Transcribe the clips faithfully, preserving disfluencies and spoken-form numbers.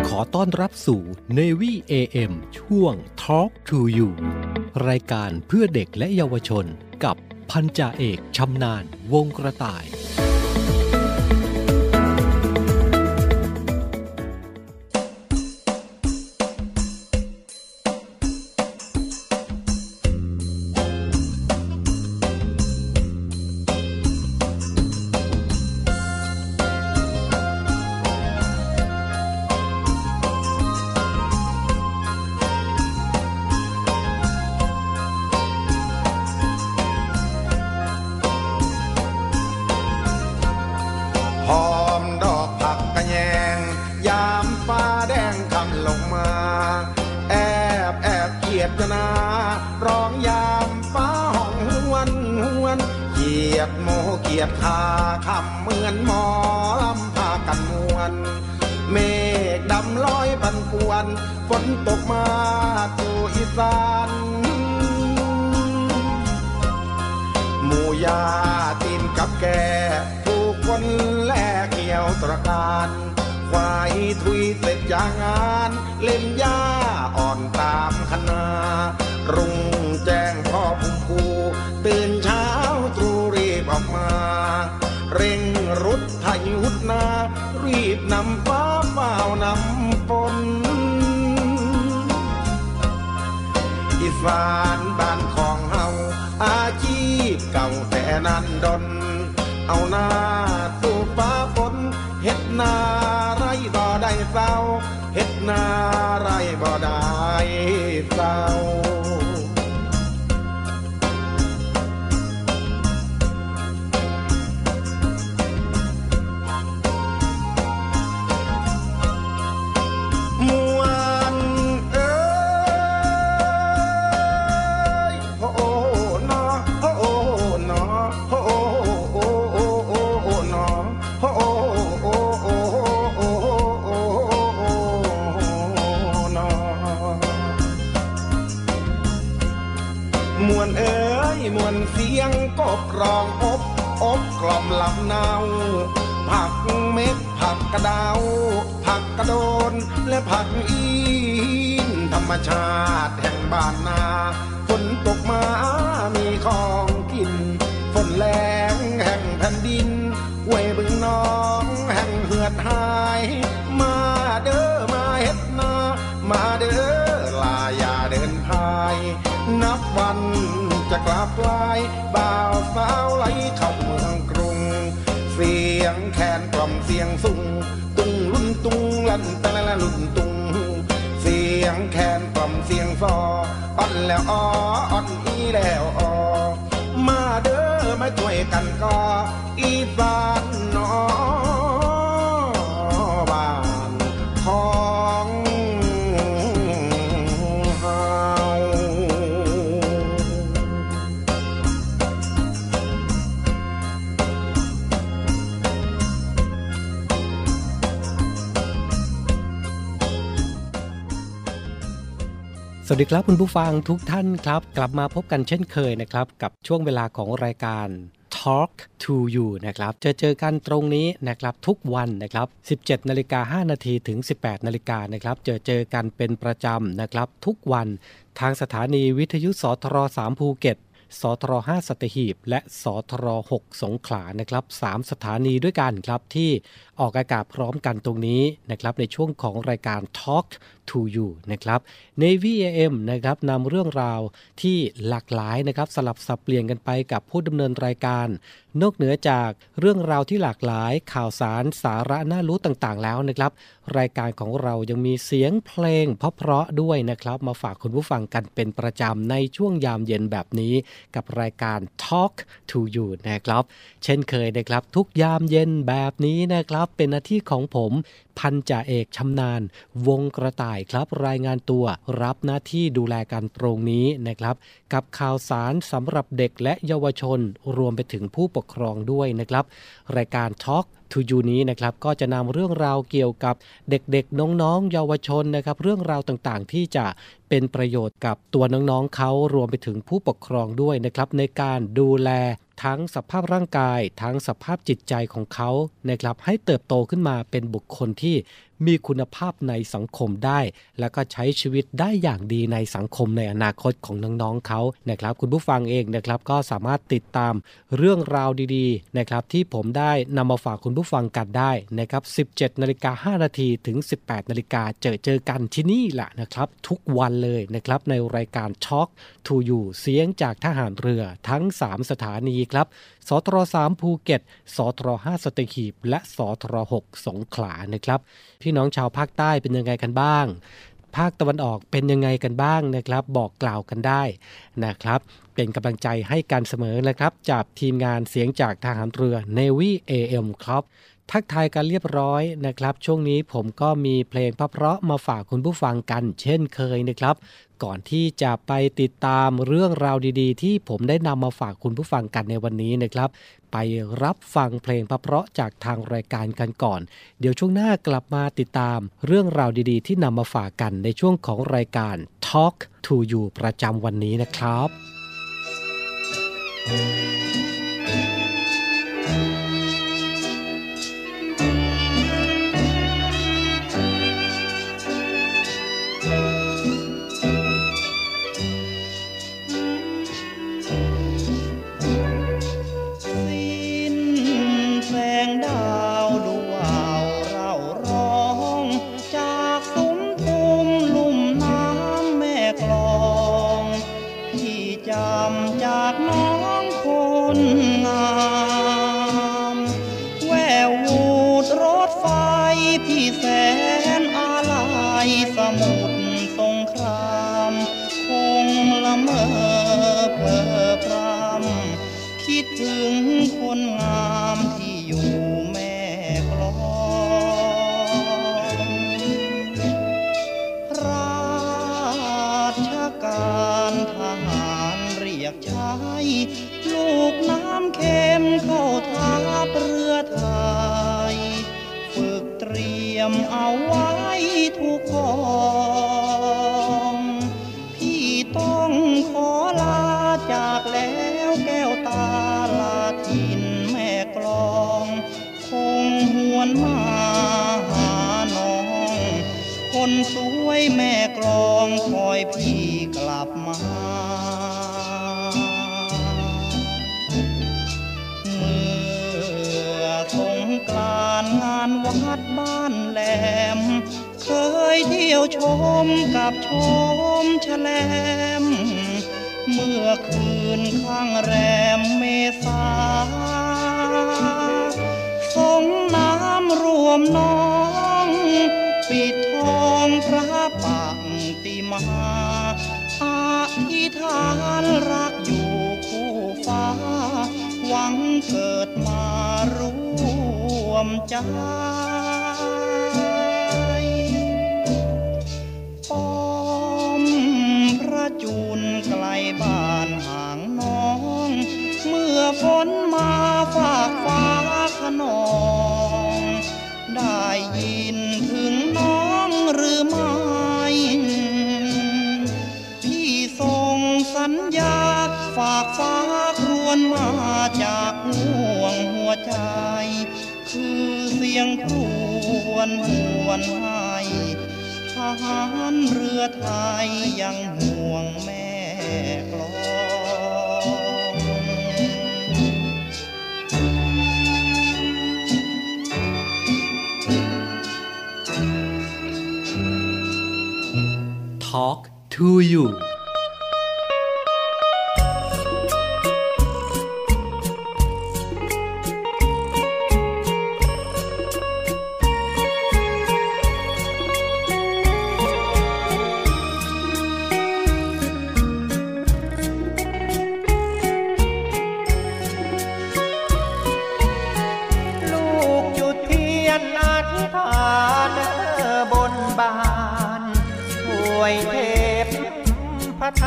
ขอต้อนรับสู่ Navy เอ เอ็ม ช่วง Talk to You รายการเพื่อเด็กและเยาวชนกับพันจ่าเอกชำนาญวงกระต่ายร้องยามฟ้าห้องหวนหวนเหยียดโมเกียดคาคำเหมือนหมอลำพากันมวนเมฆดำลอยพันปวนฝนตกมาสู่อีสานหมู่ยาตีนกับแก่ผู้คนแลเกี่ยวตระการควายทุยเสร็จจากงานเล่นหญ้าอ่อนตามคณารุ่งแจ้งพ่อพุ่มพูตื่นเช้าตรู่รีบออกมาเร่งรุดไถหุดนารีบนำฟ้าเฝ้านำฝนอีสานบ้านของเฮาอาชีพเก่าแต่นั้นดนเอาหน้าสู้ฟ้าฝนเฮ็ดนาไรบ่ได้เศร้าเฮ็ดนาไรบ่ได้เศร้ามวนเอ้ยโอ้โอ้นอโอ้โอ้นอโอ้โอ้โอ้โอ้โอ้โอ้นอโอ้โอ้โอ้โอ้โอ้โอ้นอมวนเอ้ยมวนเสียงกบร้องอบอบกล่อมลำเนาผักเม็ดผักกระเดาผักกระโดนและผักอีนธรรมชาติแห่งบ้านนาฝนตกมามีของกินฝนแรงแห่งแผ่นดินห้วยบึงน้องแห่งเหือดหายมาเด้อมาเฮ็ดนามาเด้อลาอย่าเดินพายนับวันจะกลับลายบ่าวสาวไหลเข้าเมืองกรุงเสียงแคนกล่อมเสียงสุ่งตุงลุ่นตุงลั่นตะละละลุ่นตุงเสียงแคนกล่อมเสียงซออ่อนแล้วอ้ออ่อนอีแล้วอ้อมาเด้อมาช่วยกันก่ออีสานน้อบ้านของเฮาสวัสดีครับคุณผู้ฟังทุกท่านครับกลับมาพบกันเช่นเคยนะครับกับช่วงเวลาของรายการ Talk to You นะครับจะเจอกันตรงนี้นะครับทุกวันนะครับ สิบเจ็ดนาฬิกาห้านาทีถึง สิบแปดนาฬิกานะครับเจอเจอกันเป็นประจำนะครับทุกวันทางสถานีวิทยุสทรสามภูเก็ตสทรห้าสัตหีบและสทรหกสงขลานะครับสามสถานีด้วยกันครับที่ออกอากาศพร้อมกันตรงนี้นะครับในช่วงของรายการ Talk to You นะครับ Navy เอ เอ็ม นะครับนำเรื่องราวที่หลากหลายนะครับสลับสับเปลี่ยนกันไปกับผู้ดำเนินรายการนอกเหนือจากเรื่องราวที่หลากหลายข่าวสารสาระน่ารู้ต่างๆแล้วนะครับรายการของเรายังมีเสียงเพลงเพราะๆด้วยนะครับมาฝากคุณผู้ฟังกันเป็นประจำในช่วงยามเย็นแบบนี้กับรายการ Talk to You นะครับเช่นเคยนะครับทุกยามเย็นแบบนี้นะครับเป็นหน้าที่ของผมพันจ่าเอกชำนาญวงกระต่ายครับรายงานตัวรับหน้าที่ดูแลกันตรงนี้นะครับกับข่าวสารสำหรับเด็กและเยาวชนรวมไปถึงผู้ปกครองด้วยนะครับรายการ Talk to You นี้นะครับก็จะนำเรื่องราวเกี่ยวกับเด็กๆน้องๆเยาวชนนะครับเรื่องราวต่างๆที่จะเป็นประโยชน์กับตัวน้องๆเขารวมไปถึงผู้ปกครองด้วยนะครับในการดูแลทั้งสภาพร่างกายทั้งสภาพจิตใจของเขานะครับให้เติบโตขึ้นมาเป็นบุคคลที่มีคุณภาพในสังคมได้แล้วก็ใช้ชีวิตได้อย่างดีในสังคมในอนาคตของน้องๆเขานะครับคุณผู้ฟังเองนะครับก็สามารถติดตามเรื่องราวดีๆนะครับที่ผมได้นำมาฝากคุณผู้ฟังกันได้นะครับ สิบเจ็ดนาฬิกาห้านาที ถึง สิบแปดนาฬิกาเจอเจอกันที่นี่แหละนะครับทุกวันเลยนะครับในรายการ Talk to You เสียงจากทหารเรือทั้งสามสถานีครับสทรสามภูเก็ตสทรห้าสัตหีบและสทรหกสงขลานะครับพี่น้องชาวภาคใต้เป็นยังไงกันบ้างภาคตะวันออกเป็นยังไงกันบ้างนะครับบอกกล่าวกันได้นะครับเป็นกำลังใจให้กันเสมอนะครับจากทีมงานเสียงจากทหารเรือ Navy เอ เอ็ม ครับทักทายกันเรียบร้อยนะครับช่วงนี้ผมก็มีเพลงเพราะๆมาฝากคุณผู้ฟังกันเช่นเคยนะครับก่อนที่จะไปติดตามเรื่องราวดีๆที่ผมได้นำมาฝากคุณผู้ฟังกันในวันนี้นะครับไปรับฟังเพลงเพราะๆจากทางรายการกันก่อนเดี๋ยวช่วงหน้ากลับมาติดตามเรื่องราวดีๆที่นำมาฝากกันในช่วงของรายการ Talk to You ประจำวันนี้นะครับเอาไว้ทุกของพี่ต้องขอลาจากแล้วแก้วตาลาถิ่นแม่กลองคงหวนมาหาน้องคนสวยแม่กลองคอยพี่กลับมาเมื่อสงกรานต์งานวัดบ้านแหลมเคยเที่ยวชมกับชมแฉลมเมื่อคืนข้างแรมเมษาสงน้ำรวมน้องปิดทองพระปักติมาอธิษฐานรักอยู่คู่ฟ้าหวังเกิดมาร่วมใจป้อมพระจุลไกลบ้านห่างน้องเมื่อฝนมาฝากฟ้าขนองได้ยินถึงน้องหรือไม่พี่ส่งสัญญาฝากฟ้าครวญมาจากห่วงหัวใจคือเสียงครวญหวนให้ทหารเรือไทยยังห่วงแม่กลอง Talk to You เทพพระไท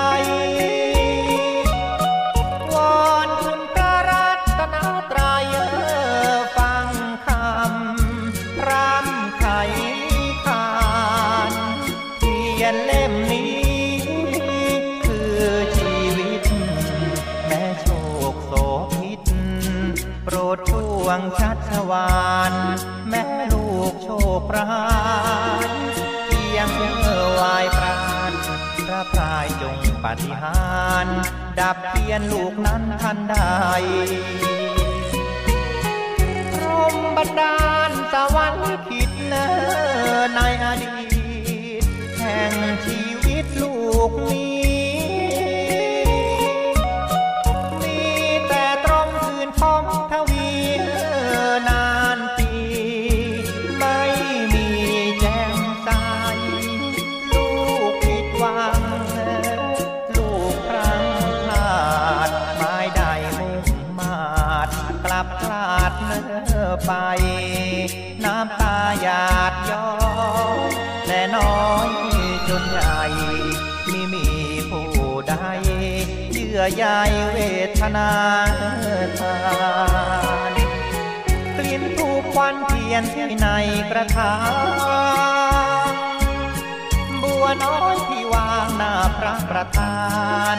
ยวอนคุณพระรัตนตรัยฟังคำร่ำไขคานเทียนเล่มนี้คือชีวิตแม้โชคโศพิษโปรดช่วงชัชวาลแม้ลูกโชคปราณเพียงวายปราณพระพรายจงปาฏิหาริย์ดับเพียนลูกนั้นทันใดพรหมบันดาลสวรรค์คิดเนอในอดีตแห่งชีวิตลูกนี้มีแต่ตรมคืนพองทวีนานปีไม่มีแจ่มใสลูกผิดหวังลูกครั้งพลาดไม่ได้มุ่งมาดกลับพลาดเนื้อไปน้ำตาหยาดย้อยและน้อยจนใหญ่ไม่มีผู้ใดเยื่อใยเวทนาทานกลิ่นทูปควันเทียนที่ในกระถางบัวน้อยที่วางหน้าพระประธาน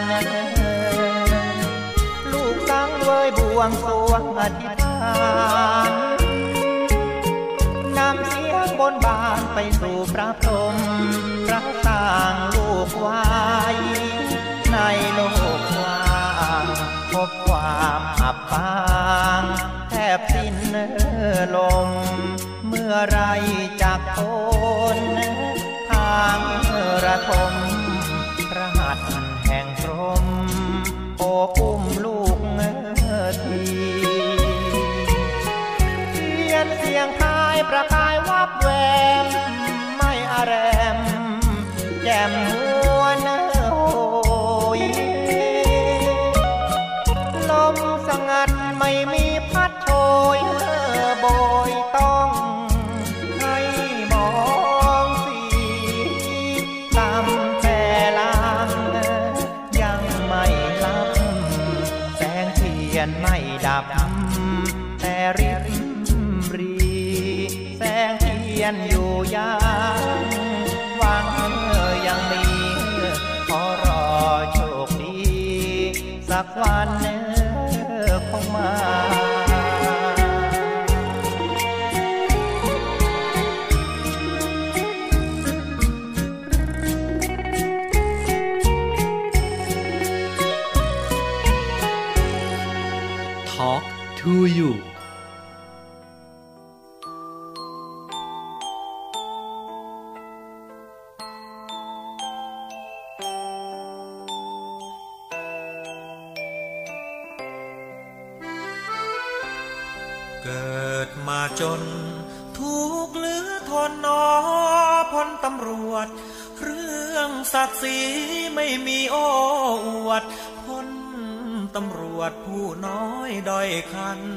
ลูกสังเวยบวงสรวงอธิษฐานนำเสียงบนบานไปสู่พระพรหมพระต่างลูกไว้ในโลกกว้างพบความอับปางแทบสิ้นลมเมื่อไรจากพ้นทางระทมพระหัตถ์แห่งพรหมโอบอุ้มลูกทีเทียนเสียงทายประกายวับแวมไม่อาแรมแจ่มมัวเนโอยลมสงัดไม่มีพัดโชยโบยต้องให้มองสีตามแต่ลางยังไม่ลับแสงเทียนไม่ดับแต่ริบรีแสงเทียนอยู่ยังหวังยังมีขอรอโชคดีสักวันคงมา Talk to you เกิดมาจนทุกข์เหลือทนนอพลตำรวจเรื่องศักดิ์ศรีไม่มีโอ้อวดพลตำรวจผู้น้อยด้อยคัน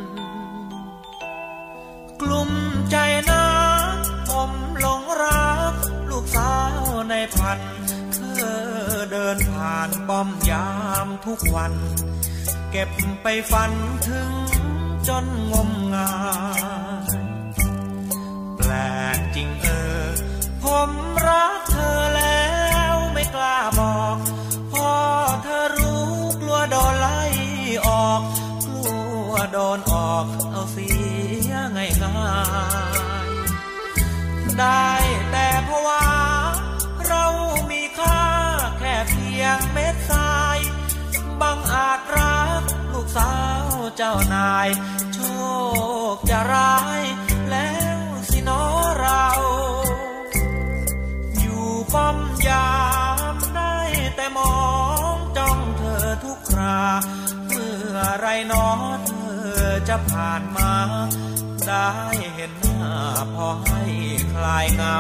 กลุ่มใจนะผมหลงรักลูกสาวในพันเธอเดินผ่านป้อมยามทุกวันเก็บไปฝันถึงจนงมงายแปลกจริงเออผมรักเธอแล้วไม่กล้าบอกพอเธอรู้กลัวโดนไล่ออกกลัวโดนออกเอาเสียง่ายง่ายได้แต่เพราะว่าเรามีค่าแค่เพียงเม็ดทรายบังอาจรักลูกสาวเจ้านายโชคจะร้ายแล้วสิน้อเราอยู่ป้อมยามได้แต่มองจ้องเธอทุกคราเมื่อไรน้อเธอจะผ่านมาได้เห็นหน้าพอให้คลายเงา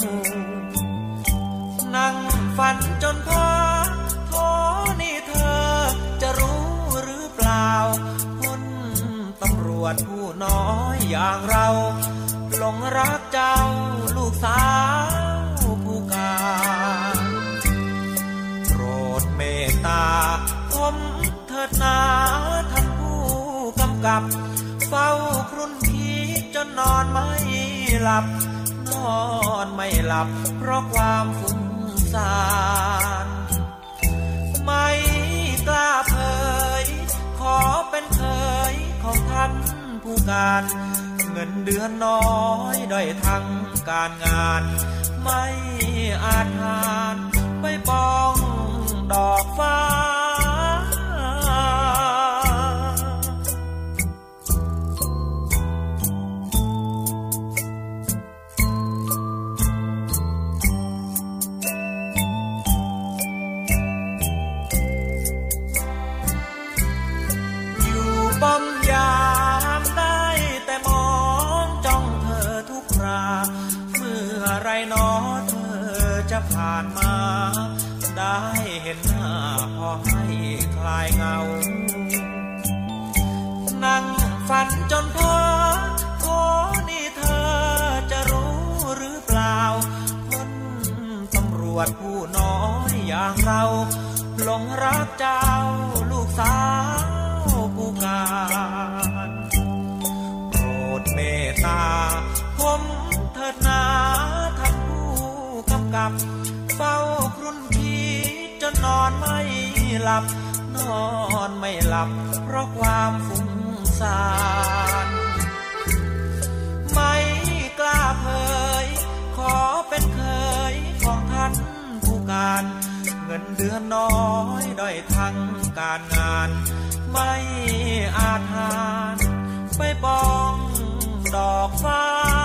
นั่งฝันจนพาท้อนี่เธอจะรู้หรือเปล่าคนตำรวจผู้น้อยอย่างเราหลงรักเจ้าลูกสาวผู้การโปรดเมตตาผมเถิดนาท่านผู้กำกับเฝ้าครุ่นคิดจนนอนไม่หลับนอนไม่หลับเพราะความฟุ้งซ่านไม่กล้าเผยขอเป็นเคยของท่านผู้การเมงินเดือนน้อยด้อยทั้งการงานไม่อาจหารไปปองดอกฟ้าป้อมยามได้แต่มองจ้องเธอทุกคราเมื่อไรหนอเธอจะผ่านมาได้เห็นหน้าพอให้คลายเงานั่งฝันจนเพ้อโอ้นี่เธอจะรู้หรือเปล่าคนตำรวจผู้น้อยอย่างเราหลงรักเจ้าลูกสาวผู้การโปรดเมตตาผมเถิดนาท่านผู้กำกับเฝ้าครุ่นคิดจนนอนไม่หลับนอนไม่หลับเพราะความฟุ้งซ่านไม่กล้าเผยขอเป็นเคยของท่านผู้การเงินเดือนน้อยด้อยทั้งการงานไม่อาจหารไปปองดอกฟ้า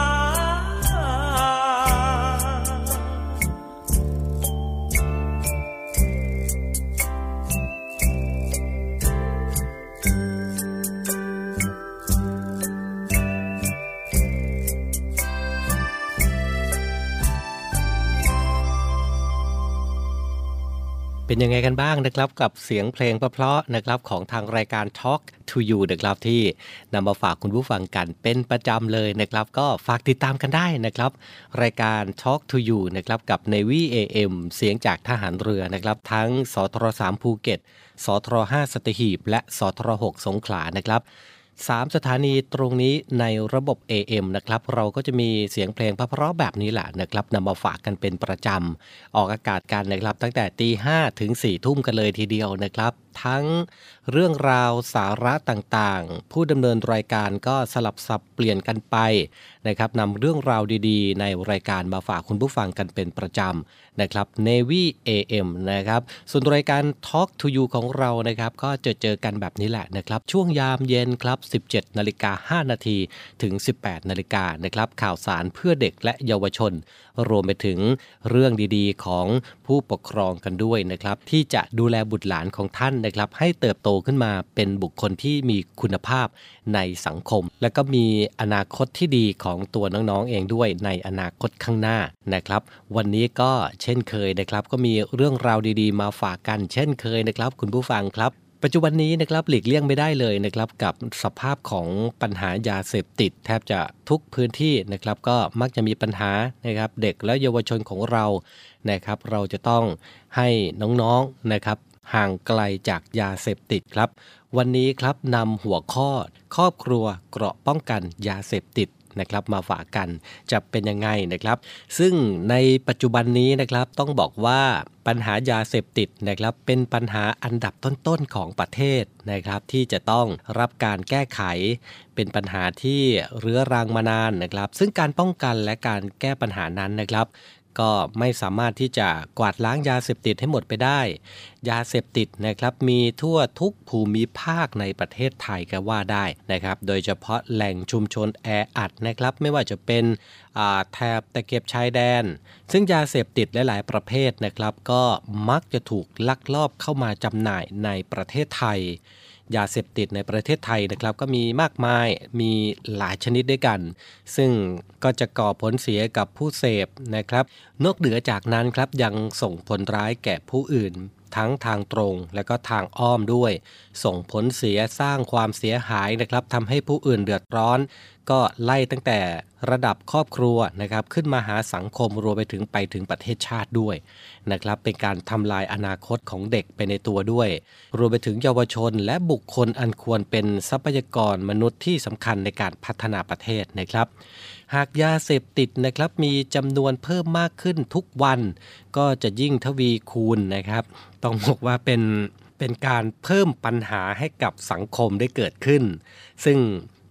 เป็นยังไงกันบ้างนะครับกับเสียงเพลงเพราะๆนะครับของทางรายการ Talk to You นะครับที่นำมาฝากคุณผู้ฟังกันเป็นประจำเลยนะครับก็ฝากติดตามกันได้นะครับรายการ Talk to You นะครับกับ Navy เอ เอ็ม เสียงจากทหารเรือนะครับทั้งสทรสามภูเก็ตสทรห้าสัตหีบและสทรหกสงขลานะครับสามสถานีตรงนี้ในระบบ เอ เอ็ม นะครับเราก็จะมีเสียงเพลงเพราะๆแบบนี้แหละนะครับนำมาฝากกันเป็นประจำออกอากาศกันนะครับตั้งแต่ตีห้าถึงสี่ทุ่มกันเลยทีเดียวนะครับทั้งเรื่องราวสาระต่างๆผู้ดำเนินรายการก็สลับสับเปลี่ยนกันไปนะครับนำเรื่องราวดีๆในรายการมาฝากคุณผู้ฟังกันเป็นประจำนะครับ Navy เอ เอ็ม นะครับส่วนรายการ Talk to You ของเรานะครับก็จะเจอกันแบบนี้แหละนะครับช่วงยามเย็นครับ สิบเจ็ดนาฬิกาห้านาทีถึง สิบแปดนาฬิกานะครับข่าวสารเพื่อเด็กและเยาวชนรวมไปถึงเรื่องดีๆของผู้ปกครองกันด้วยนะครับที่จะดูแลบุตรหลานของท่านนะครับให้เติบโตขึ้นมาเป็นบุคคลที่มีคุณภาพในสังคมและก็มีอนาคตที่ดีของตัวน้องๆเองด้วยในอนาคตข้างหน้านะครับวันนี้ก็เช่นเคยนะครับก็มีเรื่องราวดีๆมาฝากกันเช่นเคยนะครับคุณผู้ฟังครับปัจจุบันนี้นะครับหลีกเลี่ยงไม่ได้เลยนะครับกับสภาพของปัญหายาเสพติดแทบจะทุกพื้นที่นะครับก็มักจะมีปัญหานะครับเด็กและเยาวชนของเรานะครับเราจะต้องให้น้องๆนะครับห่างไกลจากยาเสพติดครับวันนี้ครับนำหัวข้อครอบครัวเกราะป้องกันยาเสพติดนะครับมาฝากกันจะเป็นยังไงนะครับซึ่งในปัจจุบันนี้นะครับต้องบอกว่าปัญหายาเสพติดนะครับเป็นปัญหาอันดับต้นๆของประเทศนะครับที่จะต้องรับการแก้ไขเป็นปัญหาที่เรื้อรังมานานนะครับซึ่งการป้องกันและการแก้ปัญหานั้นนะครับก็ไม่สามารถที่จะกวาดล้างยาเสพติดให้หมดไปได้ยาเสพติดนะครับมีทั่วทุกภูมิภาคในประเทศไทยก็ว่าได้นะครับโดยเฉพาะแหล่งชุมชนแออัดนะครับไม่ว่าจะเป็นแถบตะเข็บชายแดนซึ่งยาเสพติดหลายๆประเภทนะครับก็มักจะถูกลักลอบเข้ามาจำหน่ายในประเทศไทยยาเสพติดในประเทศไทยนะครับก็มีมากมายมีหลายชนิดด้วยกันซึ่งก็จะก่อผลเสียกับผู้เสพนะครับนอกเหนือจากนั้นครับยังส่งผลร้ายแก่ผู้อื่นทั้งทางตรงและก็ทางอ้อมด้วยส่งผลเสียสร้างความเสียหายนะครับทำให้ผู้อื่นเดือดร้อนก็ไล่ตั้งแต่ระดับครอบครัวนะครับขึ้นมาหาสังคมรวมไปถึงไปถึงประเทศชาติด้วยนะครับเป็นการทำลายอนาคตของเด็กไปในตัวด้วยรวมไปถึงเยาวชนและบุคคลอันควรเป็นทรัพยากรมนุษย์ที่สำคัญในการพัฒนาประเทศนะครับหากยาเสพติดนะครับมีจำนวนเพิ่มมากขึ้นทุกวันก็จะยิ่งทวีคูณนะครับต้องบอกว่าเป็นเป็นการเพิ่มปัญหาให้กับสังคมได้เกิดขึ้นซึ่ง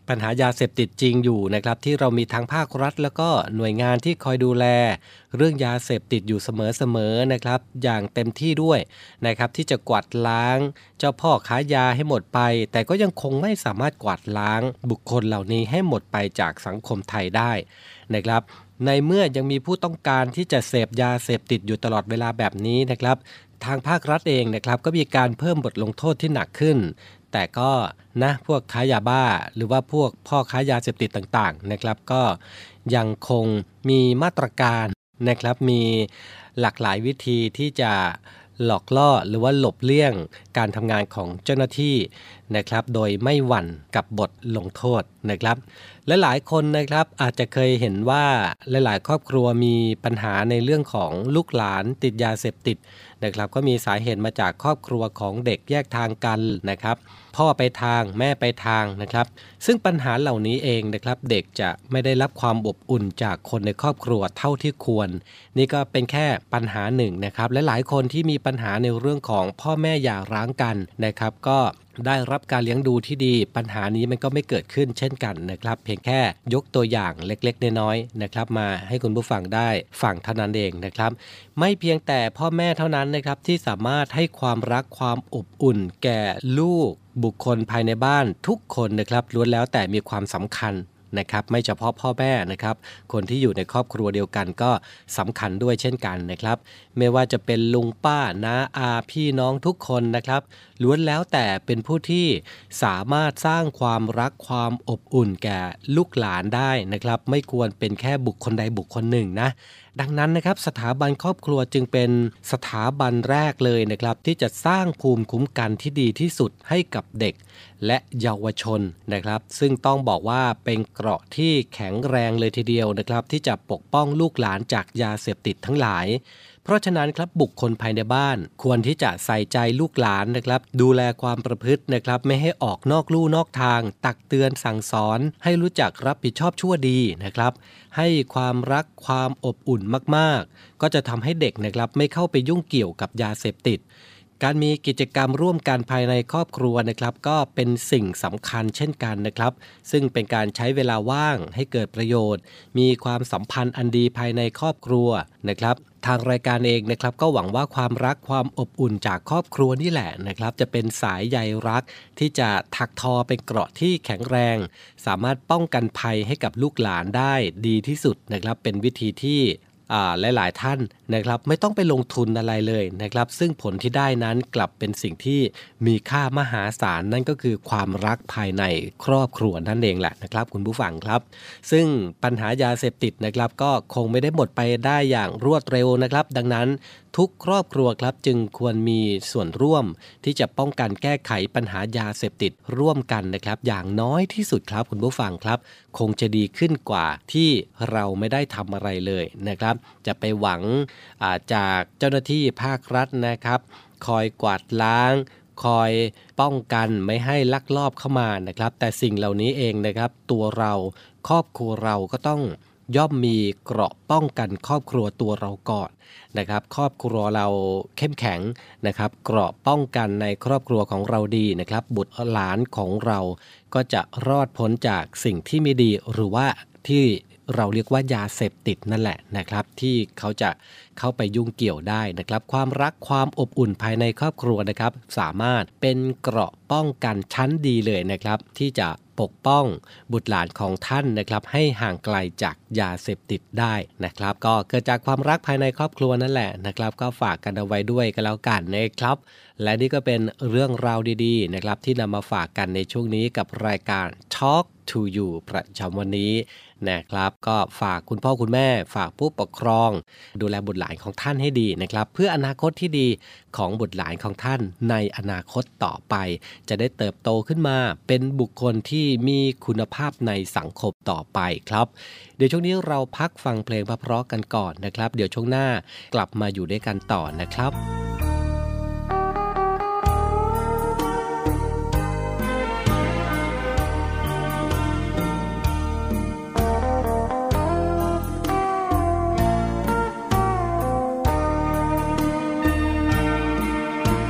ปัญหายาเสพติดจริงอยู่นะครับที่เรามีทางภาครัฐแล้วก็หน่วยงานที่คอยดูแลเรื่องยาเสพติดอยู่เสมอๆนะครับอย่างเต็มที่ด้วยนะครับที่จะกวาดล้างเจ้าพ่อค้ายาให้หมดไปแต่ก็ยังคงไม่สามารถกวาดล้างบุคคลเหล่านี้ให้หมดไปจากสังคมไทยได้นะครับในเมื่อยังมีผู้ต้องการที่จะเสพยาเสพติดอยู่ตลอดเวลาแบบนี้นะครับทางภาครัฐเองนะครับก็มีการเพิ่มบทลงโทษที่หนักขึ้นแต่ก็นะพวกค้ายาบ้าหรือว่าพวกพ่อค้ายาเสพติดต่างๆนะครับก็ยังคงมีมาตรการนะครับมีหลากหลายวิธีที่จะหลอกล่อหรือว่าหลบเลี่ยงการทำงานของเจ้าหน้าที่นะครับโดยไม่หวั่นกับบทลงโทษนะครับและหลายคนนะครับอาจจะเคยเห็นว่าหลายๆครอบครัวมีปัญหาในเรื่องของลูกหลานติดยาเสพติดนะครับก็มีสาเหตุมาจากครอบครัวของเด็กแยกทางกันนะครับพ่อไปทางแม่ไปทางนะครับซึ่งปัญหาเหล่านี้เองนะครับเด็กจะไม่ได้รับความอบอุ่นจากคนในครอบครัวเท่าที่ควรนี่ก็เป็นแค่ปัญหาหนึ่งนะครับและหลายคนที่มีปัญหาในเรื่องของพ่อแม่หย่าร้างกันนะครับก็ได้รับการเลี้ยงดูที่ดีปัญหานี้มันก็ไม่เกิดขึ้นเช่นกันนะครับเพียงแค่ยกตัวอย่างเล็กๆน้อยๆนะครับมาให้คุณผู้ฟังได้ฟังเท่านั้นเองนะครับไม่เพียงแต่พ่อแม่เท่านั้นนะครับที่สามารถให้ความรักความอบอุ่นแก่ลูกบุคคลภายในบ้านทุกคนนะครับล้วนแล้วแต่มีความสำคัญนะครับไม่เฉพาะพ่อแม่นะครับคนที่อยู่ในครอบครัวเดียวกันก็สำคัญด้วยเช่นกันนะครับไม่ว่าจะเป็นลุงป้าน้าอาพี่น้องทุกคนนะครับล้วนแล้วแต่เป็นผู้ที่สามารถสร้างความรักความอบอุ่นแก่ลูกหลานได้นะครับไม่ควรเป็นแค่บุคคลใดบุคคลหนึ่งนะดังนั้นนะครับสถาบันครอบครัวจึงเป็นสถาบันแรกเลยนะครับที่จะสร้างภูมิคุ้มกันที่ดีที่สุดให้กับเด็กและเยาวชนนะครับซึ่งต้องบอกว่าเป็นเกราะที่แข็งแรงเลยทีเดียวนะครับที่จะปกป้องลูกหลานจากยาเสพติดทั้งหลายเพราะฉะนั้นครับบุคคลภายในบ้านควรที่จะใส่ใจลูกหลานนะครับดูแลความประพฤตินะครับไม่ให้ออกนอกลู่นอกทางตักเตือนสั่งสอนให้รู้จักรับผิดชอบชั่วดีนะครับให้ความรักความอบอุ่นมากๆก็จะทำให้เด็กนะครับไม่เข้าไปยุ่งเกี่ยวกับยาเสพติดการมีกิจกรรมร่วมกันภายในครอบครัวนะครับก็เป็นสิ่งสำคัญเช่นกันนะครับซึ่งเป็นการใช้เวลาว่างให้เกิดประโยชน์มีความสัมพันธ์อันดีภายในครอบครัวนะครับทางรายการเองนะครับก็หวังว่าความรักความอบอุ่นจากครอบครัวนี่แหละนะครับจะเป็นสายใยรักที่จะถักทอเป็นเกราะที่แข็งแรงสามารถป้องกันภัยให้กับลูกหลานได้ดีที่สุดนะครับเป็นวิธีที่หลายๆท่านนะครับไม่ต้องไปลงทุนอะไรเลยนะครับซึ่งผลที่ได้นั้นกลับเป็นสิ่งที่มีค่ามหาศาลนั่นก็คือความรักภายในครอบครัวนั่นเองแหละนะครับคุณผู้ฟังครับซึ่งปัญหายาเสพติดนะครับก็คงไม่ได้หมดไปได้อย่างรวดเร็วนะครับดังนั้นทุกครอบครัวครับจึงควรมีส่วนร่วมที่จะป้องกันแก้ไขปัญหายาเสพติดร่วมกันนะครับอย่างน้อยที่สุดครับคุณผู้ฟังครับคงจะดีขึ้นกว่าที่เราไม่ได้ทำอะไรเลยนะครับจะไปหวังจากเจ้าหน้าที่ภาครัฐนะครับคอยกวาดล้างคอยป้องกันไม่ให้ลักลอบเข้ามานะครับแต่สิ่งเหล่านี้เองนะครับตัวเราครอบครัวเราก็ต้องย่อมมีเกราะป้องกันครอบครัวตัวเราก่อนนะครับครอบครัวเราเข้มแข็งนะครับเกราะป้องกันในครอบครัวของเราดีนะครับบุตรหลานของเราก็จะรอดพ้นจากสิ่งที่ไม่ดีหรือว่าที่เราเรียกว่ายาเสพติดนั่นแหละนะครับที่เขาจะเข้าไปยุ่งเกี่ยวได้นะครับความรักความอบอุ่นภายในครอบครัวนะครับสามารถเป็นเกราะป้องกันชั้นดีเลยนะครับที่จะปกป้องบุตรหลานของท่านนะครับให้ห่างไกลจากยาเสพติดได้นะครับก็เกิดจากความรักภายในครอบครัวนั่นแหละนะครับก็ฝากกันเอาไว้ด้วยกันแล้วกันนะครับและนี่ก็เป็นเรื่องราวดีๆนะครับที่นำมาฝากกันในช่วงนี้กับรายการ Talk to You ประจำวันนี้นะครับก็ฝากคุณพ่อคุณแม่ฝากผู้ปกครองดูแลบุตรหลานของท่านให้ดีนะครับเพื่ออนาคตที่ดีของบุตรหลานของท่านในอนาคตต่อไปจะได้เติบโตขึ้นมาเป็นบุคคลที่มีคุณภาพในสังคมต่อไปครับเดี๋ยวช่วงนี้เราพักฟังเพลงเพราะๆกันก่อนนะครับเดี๋ยวช่วงหน้ากลับมาอยู่ด้วยกันต่อนะครับ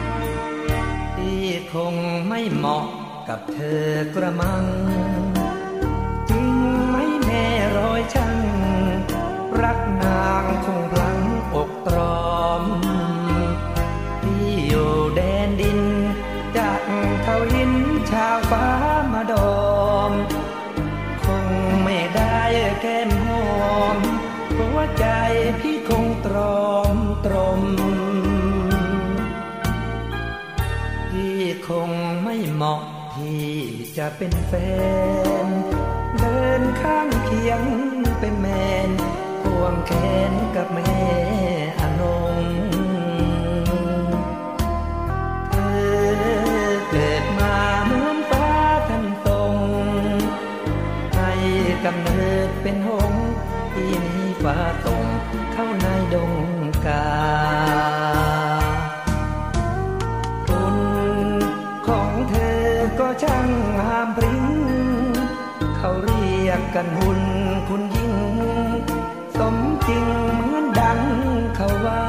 คงไม่เหมาะกับเธอกระมังรักนางคงพลังอกตรอมที่อยู่แดนดินจากเขาหินชาวฟ้ามาดอมคงไม่ได้แก้มหอมหัวใจพี่คงตรอมตรมพี่คงไม่เหมาะที่จะเป็นแฟนเดินข้างเคียงเป็นแมนควงแขนกับแม่อนงเธอเกิดมาเหมือนฟ้าท่านทรงให้กำเนิดเป็นหงส์ที่นี้ฟ้าตรงเข้าในดงกาคุณของเธอก็ช่างงามพริ้งเขาเรียกกันหุ่นคุณยิ่งสมจริงเหมือนดังเขาว่า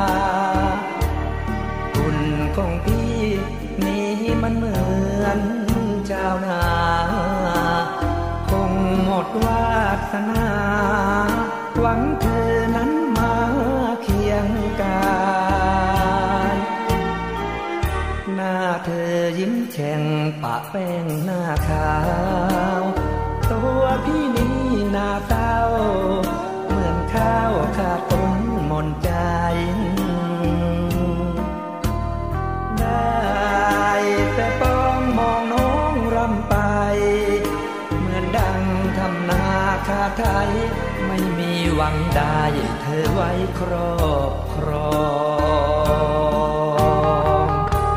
หุ่นของพี่นี่มันเหมือนเจ้านาคงหมดวาสนาหวังเธอนั้นมาเคียงกายหน้าเธอยิ้มแฉ่งปะแป้งหน้าขาวตัวพี่นี่หน้าเศร้าเหมือนข้าวขาดต้นมนใจได้แต่ป้องมองน้องรำไปเหมือนดังทำนาคาไทยไม่มีหวังได้เธอไว้ครอบครอง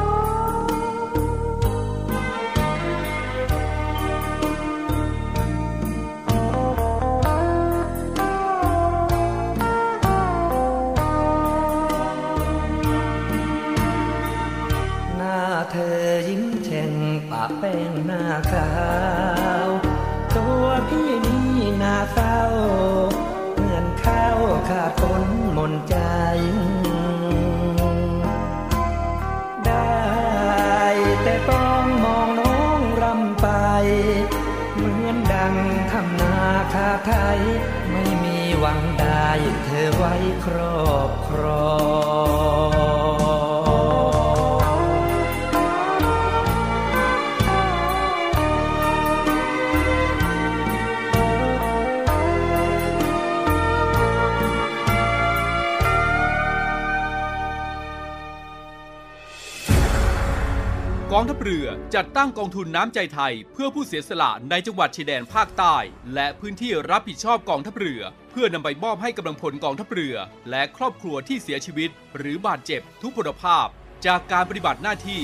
หน้าเธอยิ้มแฉ่งปะแป้งหน้าขาวตัวพี่นี่หน้าเศร้าเหมือนข้าวขาดฝนมนใจได้แต่ต้องมองน้องรำไปเหมือนดังทำนาคาไทยไม่มีหวังได้เธอไว้ครอบครองกองทัพเรือจัดตั้งกองทุนน้ำใจไทยเพื่อผู้เสียสละในจังหวัดชายแดนภาคใต้และพื้นที่รับผิดชอบกองทัพเรือเพื่อนำไปมอบให้กำลังพลกองทัพเรือและครอบครัวที่เสียชีวิตหรือบาดเจ็บทุพพลภาพจากการปฏิบัติหน้าที่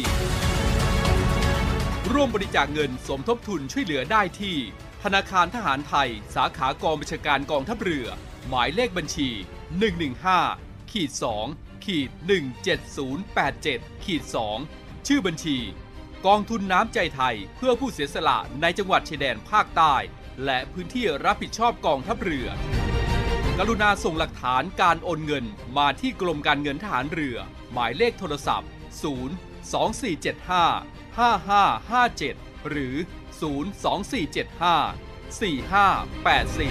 ร่วมบริจาคเงินสมทบทุนช่วยเหลือได้ที่ธนาคารทหารไทยสาขากองบัญชาการกองทัพเรือหมายเลขบัญชี หนึ่ง หนึ่ง ห้า สอง หนึ่ง เจ็ด ศูนย์ แปด เจ็ด สองชื่อบัญชีกองทุนน้ำใจไทยเพื่อผู้เสียสละในจังหวัดชายแดนภาคใต้และพื้นที่รับผิดชอบกองทัพเรือกรุณาส่งหลักฐานการโอนเงินมาที่กรมการเงินทหารเรือหมายเลขโทรศัพท์ ศูนย์ สอง สี่ เจ็ด ห้า ห้า ห้า ห้า เจ็ด หรือ ศูนย์ สอง สี่ เจ็ด ห้า สี่ ห้า แปด สี่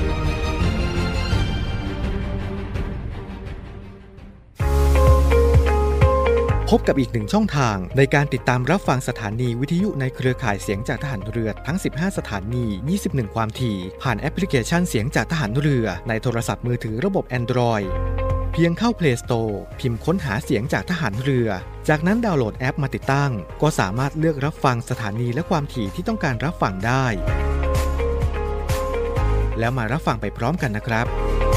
พบกับอีกหนึ่งช่องทางในการติดตามรับฟังสถานีวิทยุในเครือข่ายเสียงจากทหารเรือทั้งสิบห้าสถานี ยี่สิบเอ็ด ความถี่ผ่านแอปพลิเคชันเสียงจากทหารเรือในโทรศัพท์มือถือระบบ Android เพียงเข้า Play Store พิมพ์ค้นหาเสียงจากทหารเรือจากนั้นดาวน์โหลดแอปมาติดตั้งก็สามารถเลือกรับฟังสถานีและความถี่ที่ต้องการรับฟังได้แล้วมารับฟังไปพร้อมกันนะครับ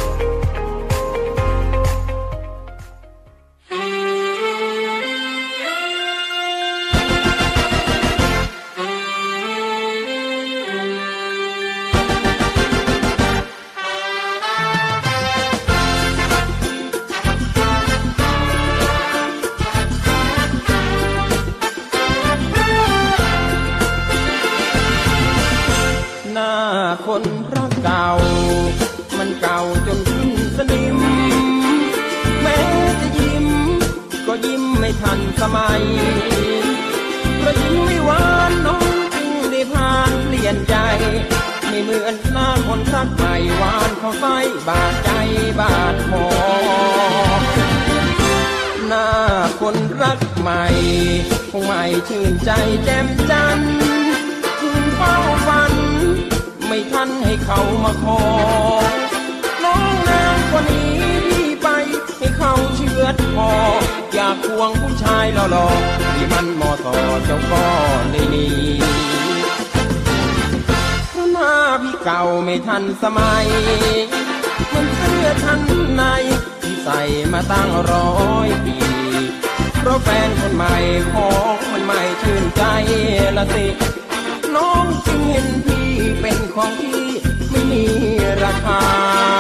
คนรักเก่ามันเก่าจนสิ้นสนิมแม้จะยิ้มก็ยิ้มไม่ทันสมัยเพราะยิ้มไม่หวานน้องจึงได้ผ่านเปลี่ยนใจไม่เหมือนนางคนรักใหม่หวานเข้าใส่บาดใจบาดคอหน้าคนรักใหม่คงไม่ชื่นใจแจ่มจันทร์คืนเฝ้าฝันไม่ทันให้เขามาขอน้องนางคนนี้พี่ไปให้เขาเชือดคออยากควงผู้ชายหล่อๆที่มันมอสอเจ้าก็ได้นี่หน้าพี่เก่าไม่ทันสมัยมันเสื้อชั้นในที่ใส่มาตั้งร้อยปีเพราะแฟนคนใหม่ของมันไม่ชื่นใจละสิน้องจึงเห็นพี่เป็นของที่ไม่มีราคา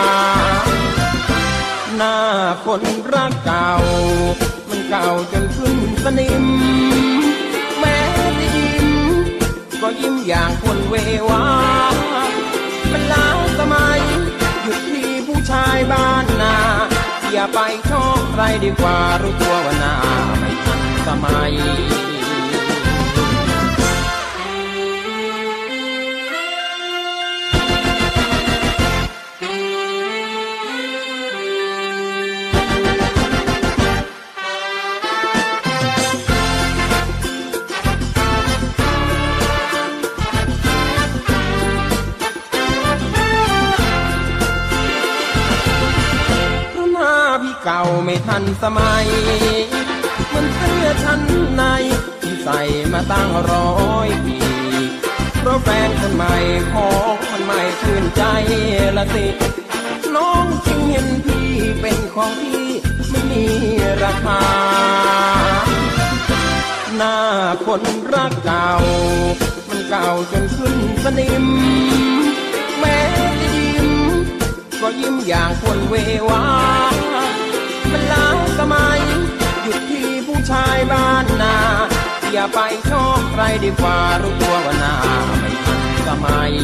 หน้าคนรักเก่ามันเก่าจนขึ้นสนิมแม้จะยิ้มก็ยิ้มอย่างคนเววามันล้าสมัยหยุดที่ผู้ชายบ้านนาอย่าไปชอบใครดีกว่ารู้ตัวว่าหน้าไม่ทันสมัยเก่าไม่ทันสมัยมันเสื้อชั้นในที่ใส่มาตั้งร้อยปีเพราะแฟนคนใหม่ของมันไม่ชื่นใจละสิน้องจึงเห็นพี่เป็นของที่ไม่มีราคาหน้าคนรักเก่ามันเก่าจนขึ้นสนิมแม้จะยิ้มก็ยิ้มอย่างคนเววามันล้าสมัยหยุดที่ผู้ชายบ้านนาอย่าไปชอบใครดีกว่ารู้ตัวว่าหน้าไม่ทันสมัย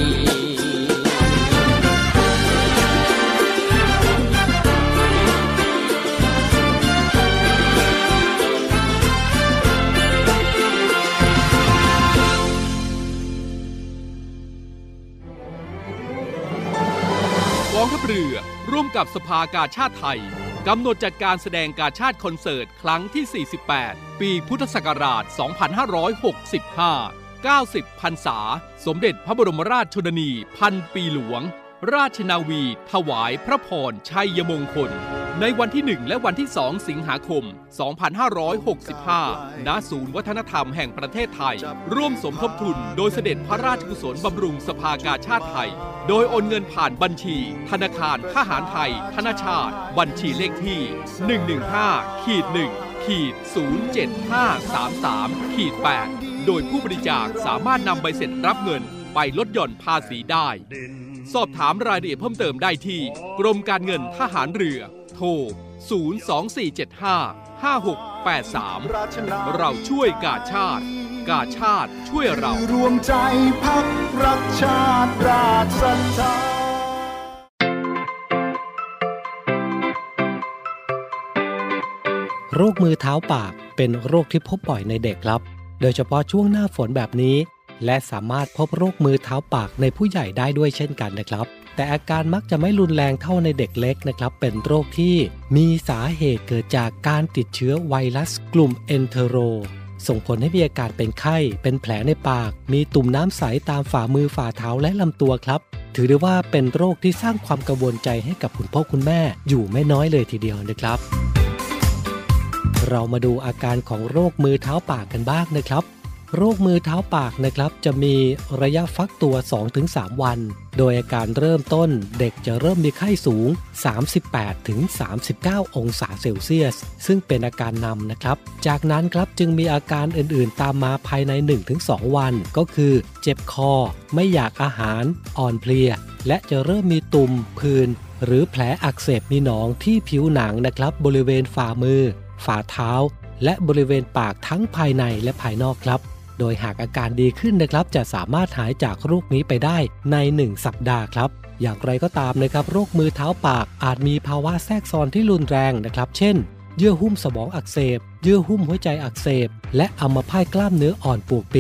กองทัพเรือร่วมกับสภากาชาดไทยกำหนดจัดการแสดงกาชาดคอนเสิร์ตครั้งที่ สี่สิบแปด ปีพุทธศักราช สองพันห้าร้อยหกสิบห้า เก้าสิบ พรรษา สมเด็จพระบรมราชชนนีพันปีหลวง ราชนาวีถวายพระพรชัยมงคลในวันที่ หนึ่ง และวันที่ สอง สิงหาคม สองพันห้าร้อยหกสิบห้า ณ ศูนย์วัฒนธรรมแห่งประเทศไทยร่วมสมทบทุนโดยเสด็จพระราชกุศลบำรุงสภากาชาดไทยโดยโอนเงินผ่านบัญชีธนาคารทหารไทยธนชาติบัญชีเลขที่ หนึ่ง หนึ่ง ห้า หนึ่ง ศูนย์ เจ็ด ห้า สาม สาม แปด โดยผู้บริจาคสามารถนำใบเสร็จรับเงินไปลดหย่อนภาษีได้สอบถามรายละเอียดเพิ่มเติมได้ที่กรมการเงินทหารเรือโทร ศูนย์ สอง สี่ เจ็ด ห้า ห้า หก แปด สาม เราช่วยกาชาติกาชาติช่วยเรารวมใจพักรักชาติราชศรัทธาโรคมือเท้าปากเป็นโรคที่พบบ่อยในเด็กครับโดยเฉพาะช่วงหน้าฝนแบบนี้และสามารถพบโรคมือเท้าปากในผู้ใหญ่ได้ด้วยเช่นกันนะครับแต่อาการมักจะไม่รุนแรงเท่าในเด็กเล็กนะครับเป็นโรคที่มีสาเหตุเกิดจากการติดเชื้อไวรัสกลุ่มเอนเทโรส่งผลให้มีอาการเป็นไข้เป็นแผลในปากมีตุ่มน้ำใสตามฝ่ามือฝ่าเท้าและลำตัวครับถือได้ว่าเป็นโรคที่สร้างความกังวลใจให้กับคุณพ่อคุณแม่อยู่ไม่น้อยเลยทีเดียวนะครับเรามาดูอาการของโรคมือเท้าปากกันบ้างนะครับโรคมือเท้าปากนะครับจะมีระยะฟักตัว สองถึงสาม วันโดยอาการเริ่มต้นเด็กจะเริ่มมีไข้สูง สามสิบแปดถึงสามสิบเก้า องศาเซลเซียสซึ่งเป็นอาการนำนะครับจากนั้นครับจึงมีอาการอื่นๆตามมาภายใน หนึ่งถึงสอง วันก็คือเจ็บคอไม่อยากอาหารอ่อนเพลียและจะเริ่มมีตุ่มผื่นหรือแผลอักเสบมีหนองที่ผิวหนังนะครับบริเวณฝ่ามือฝ่าเท้าและบริเวณปากทั้งภายในและภายนอกครับโดยหากอาการดีขึ้นนะครับจะสามารถหายจากโรคนี้ไปได้ในหนึ่งสัปดาห์ครับอย่างไรก็ตามนะครับโรคมือเท้าปากอาจมีภาวะแทรกซ้อนที่รุนแรงนะครับเช่นเยื่อหุ้มสมองอักเสบเยื่อหุ้มหัวใจอักเสบและอัมพาตกล้ามเนื้ออ่อนปวกเปียก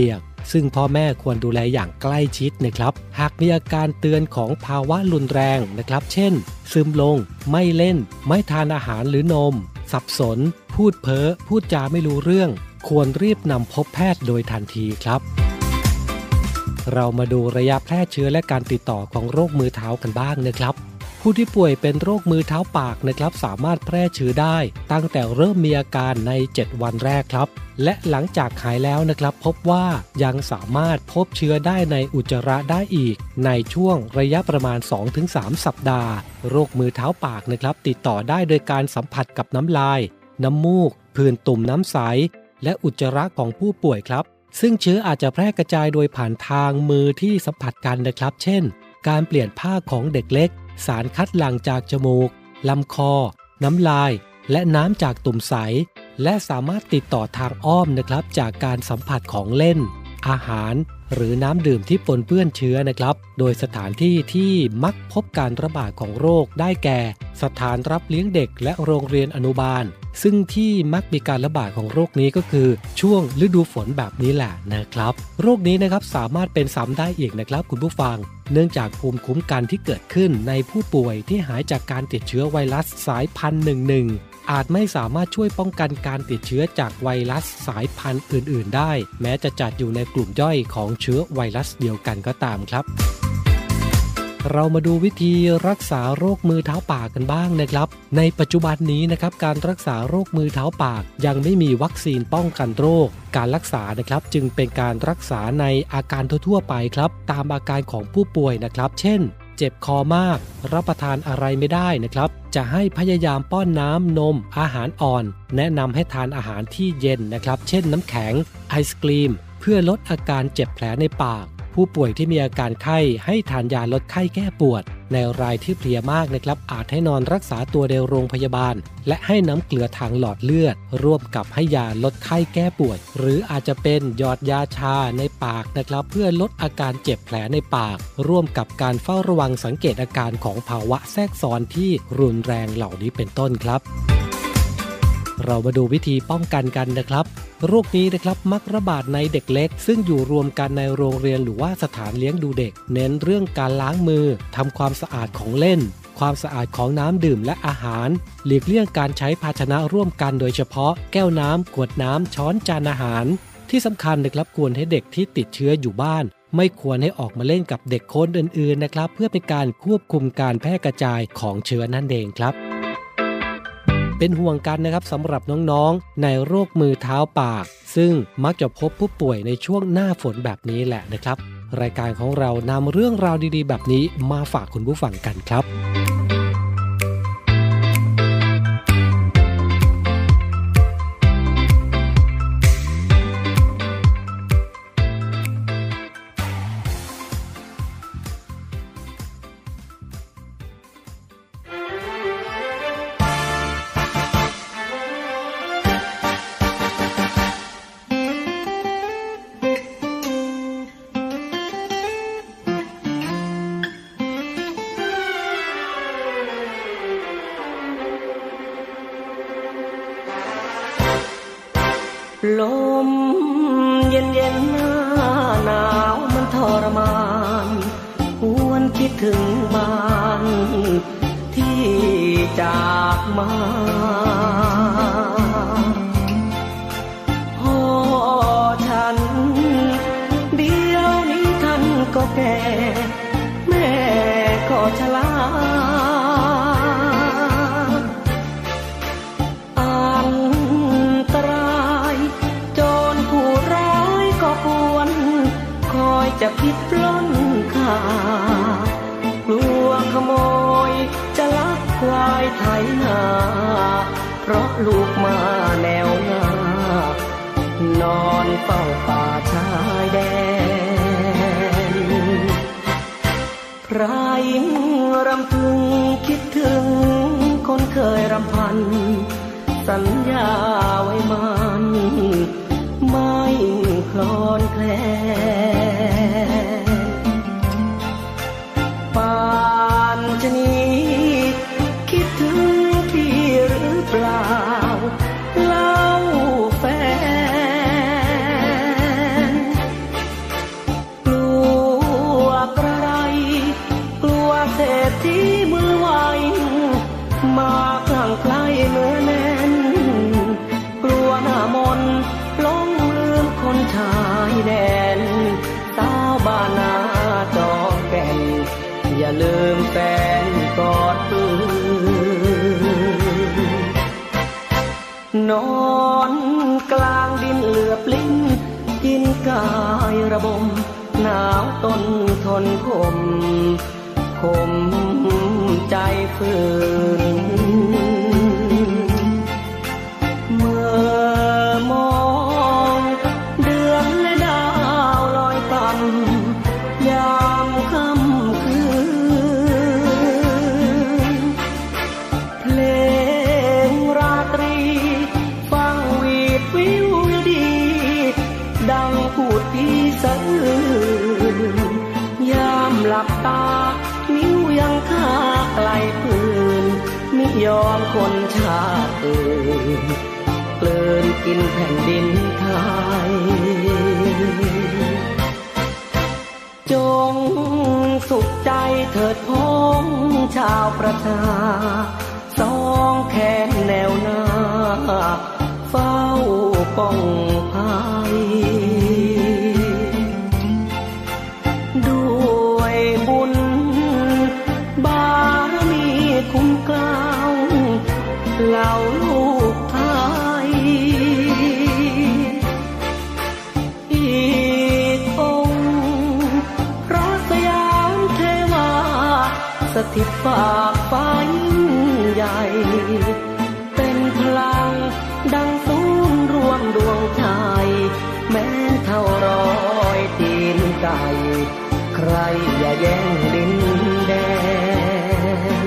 ซึ่งพ่อแม่ควรดูแลอย่างใกล้ชิดนะครับหากมีอาการเตือนของภาวะรุนแรงนะครับเช่นซึมลงไม่เล่นไม่ทานอาหารหรือนมสับสนพูดเพ้อพูดจาไม่รู้เรื่องควรรีบนำพบแพทย์โดยทันทีครับเรามาดูระยะแพร่เชื้อและการติดต่อของโรคมือเท้ากันบ้างนะครับผู้ที่ป่วยเป็นโรคมือเท้าปากนะครับสามารถแพร่เชื้อได้ตั้งแต่เริ่มมีอาการในเจ็ดวันแรกครับและหลังจากหายแล้วนะครับพบว่ายังสามารถพบเชื้อได้ในอุจจาระได้อีกในช่วงระยะประมาณ สองถึงสาม สัปดาห์โรคมือเท้าปากนะครับติดต่อได้โดยการสัมผัสกับน้ำลายน้ำมูกผื่นตุ่มน้ำใสและอุจจาระของผู้ป่วยครับซึ่งเชื้ออาจจะแพร่กระจายโดยผ่านทางมือที่สัมผัสกันนะครับเช่นการเปลี่ยนผ้าของเด็กเล็กสารคัดหลั่งจากจมูกลำคอน้ำลายและน้ำจากตุ่มใสและสามารถติดต่อทางอ้อมนะครับจากการสัมผัสของเล่นอาหารหรือน้ำดื่มที่ปนเปื้อนเชื้อนะครับโดยสถานที่ที่มักพบการระบาดของโรคได้แก่สถานรับเลี้ยงเด็กและโรงเรียนอนุบาลซึ่งที่มักมีการระบาดของโรคนี้ก็คือช่วงฤดูฝนแบบนี้แหละนะครับโรคนี้นะครับสามารถเป็นซ้ำได้อีกนะครับคุณผู้ฟังเนื่องจากภูมิคุ้มกันที่เกิดขึ้นในผู้ป่วยที่หายจากการติดเชื้อไวรัสสายพันธุ์หนึ่งหนึ่งอาจไม่สามารถช่วยป้องกันการติดเชื้อจากไวรัสสายพันธุ์อื่นๆได้แม้จะจัดอยู่ในกลุ่มย่อยของเชื้อไวรัสเดียวกันก็ตามครับเรามาดูวิธีรักษาโรคมือเท้าปากกันบ้างนะครับในปัจจุบันนี้นะครับการรักษาโรคมือเท้าปากยังไม่มีวัคซีนป้องกันโรคการรักษานะครับจึงเป็นการรักษาในอาการทั่วๆไปครับตามอาการของผู้ป่วยนะครับเช่นเจ็บคอมากรับประทานอะไรไม่ได้นะครับจะให้พยายามป้อนน้ำนมอาหารอ่อนแนะนำให้ทานอาหารที่เย็นนะครับเช่นน้ำแข็งไอศกรีมเพื่อลดอาการเจ็บแผลในปากผู้ป่วยที่มีอาการไข้ให้ทานยาลดไข้แก้ปวดในรายที่เพลียมากนะครับอาจให้นอนรักษาตัวในโรงพยาบาลและให้น้ำเกลือทางหลอดเลือดร่วมกับให้ยาลดไข้แก้ปวดหรืออาจจะเป็นหยอดยาชาในปากนะครับเพื่อลดอาการเจ็บแผลในปากร่วมกับการเฝ้าระวังสังเกตอาการของภาวะแทรกซ้อนที่รุนแรงเหล่านี้เป็นต้นครับเรามาดูวิธีป้องกันกันนะครับโรคนี้นะครับมักระบาดในเด็กเล็กซึ่งอยู่รวมกันในโรงเรียนหรือว่าสถานเลี้ยงดูเด็กเน้นเรื่องการล้างมือทำความสะอาดของเล่นความสะอาดของน้ำดื่มและอาหารหลีกเลี่ยงการใช้ภาชนะร่วมกันโดยเฉพาะแก้วน้ำขวดน้ำช้อนจานอาหารที่สำคัญนะครับควรให้เด็กที่ติดเชื้ออยู่บ้านไม่ควรให้ออกมาเล่นกับเด็กคนอื่นๆนะครับเพื่อเป็นการควบคุมการแพร่กระจายของเชื้อนั่นเองครับเป็นห่วงกันนะครับสำหรับน้องๆในโรคมือเท้าปากซึ่งมักจะพบผู้ป่วยในช่วงหน้าฝนแบบนี้แหละนะครับรายการของเรานำเรื่องราวดีๆแบบนี้มาฝากคุณผู้ฟังกันครับลมเย็นเย็นหน้าหนาวมันทรมานหวนคิดถึงบ้านที่จากมาพ่อฉันเดี๋ยวนี้ท่านก็แก่แม่ก็ชราจะคิดปล้นข้ากลัวขโมยจะลักควายไถนาเพราะลูกมาแนวหน้านอนเฝ้าป่าชายแดนพรายหญิงรำพึงคิดถึงคนเคยรำพันสัญญาไว้มันไม่คลอนแคลนป่านชะนี้คิดถึงพี่หรือเปล่าเล่าแฟนปืนนอนกลางดินเหลือบลิ้นกินกายระบมหนาวต้นทนคมคมใจฝืนเมื่อมองเดือนและดาวลอยต่ำยามค่ำคืนเพลงราตรีฟังวีดวิวดีดังพูดปีสะอื้นยามหลับตานิ้วยังข้าไกลปืนมิยอมคนชาติอื่นกลืนกินแผ่นดินไทยจงสุขใจเถิดพ้องชาวประชาสองแขนแนวหน้าเฝ้าป้องภัยด้วยบุญบารมีคุ้มเกล้าเหล่าลูกไทยอีกองค์พระสยามเทวาสถิตฝากฟ้ายิ่งใหญ่เป็นพลังดังศูนย์รวมดวงใจแม้เท่ารอยตีนไก่ใครอย่าแย่งดินแดน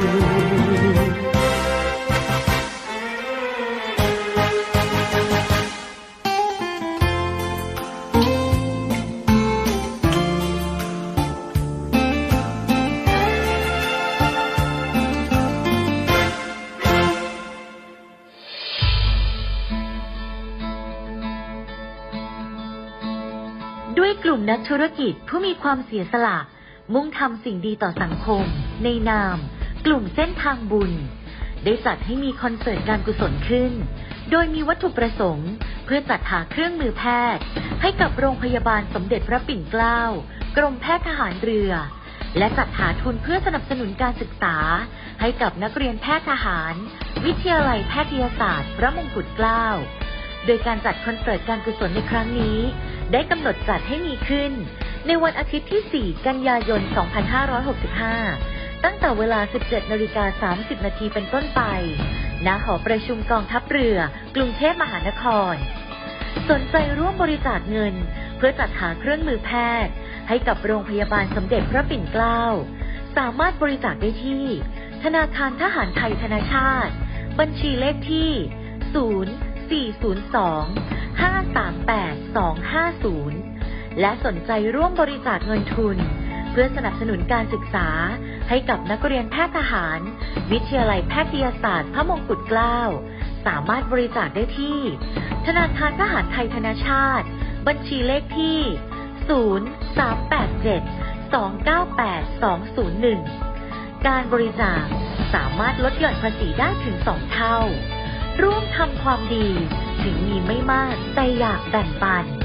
ด้วยกลุ่มนักธุรกิจผู้มีความเสียสละมุ่งทำสิ่งดีต่อสังคมในนามกลุ่มเส้นทางบุญได้จัดให้มีคอนเสิร์ตการกุศลขึ้นโดยมีวัตถุประสงค์เพื่อจัดหาเครื่องมือแพทย์ให้กับโรงพยาบาลสมเด็จพระปิ่นเกล้ากรมแพทย์ทหารเรือและจัดหาทุนเพื่อสนับสนุนการศึกษาให้กับนักเรียนแพทย์ทหารวิทยาลัยแพทยศาสตร์พระมงกุฎเกล้าโดยการจัดคอนเสิร์ตการกุศลในครั้งนี้ได้กำหนดจัดให้มีขึ้นในวันอาทิตย์ที่สี่กันยายนสองพันห้าร้อยหกสิบห้าตั้งแต่เวลา สิบเจ็ดนาฬิกาสามสิบนาทีเป็นต้นไปณหอประชุมกองทัพเรือกรุงเทพมหานครสนใจร่วมบริจาคเงินเพื่อจัดหาเครื่องมือแพทย์ให้กับโรงพยาบาลสมเด็จพระปิ่นเกล้าสามารถบริจาคได้ที่ธนาคารทหารไทยธนชาติบัญชีเลขที่ศูนย์ สี่ ศูนย์ สอง ห้า สาม แปด สอง ห้า ศูนย์และสนใจร่วมบริจาคเงินทุนเพื่อสนับสนุนการศึกษาให้กับนักเรียนแพทย์ทหารวิทยาลัยแพทยศาสตร์พระมงกุฎเกล้าสามารถบริจาคได้ที่ธนาคารทหารไทยธนชาติบัญชีเลขที่ศูนย์ สาม แปด เจ็ด สอง เก้า แปด สอง ศูนย์ หนึ่งการบริจาคสามารถลดหย่อนภาษีได้ถึงสองเท่าร่วมทำความดีถึงมีไม่มากแต่อยากแบ่งปัน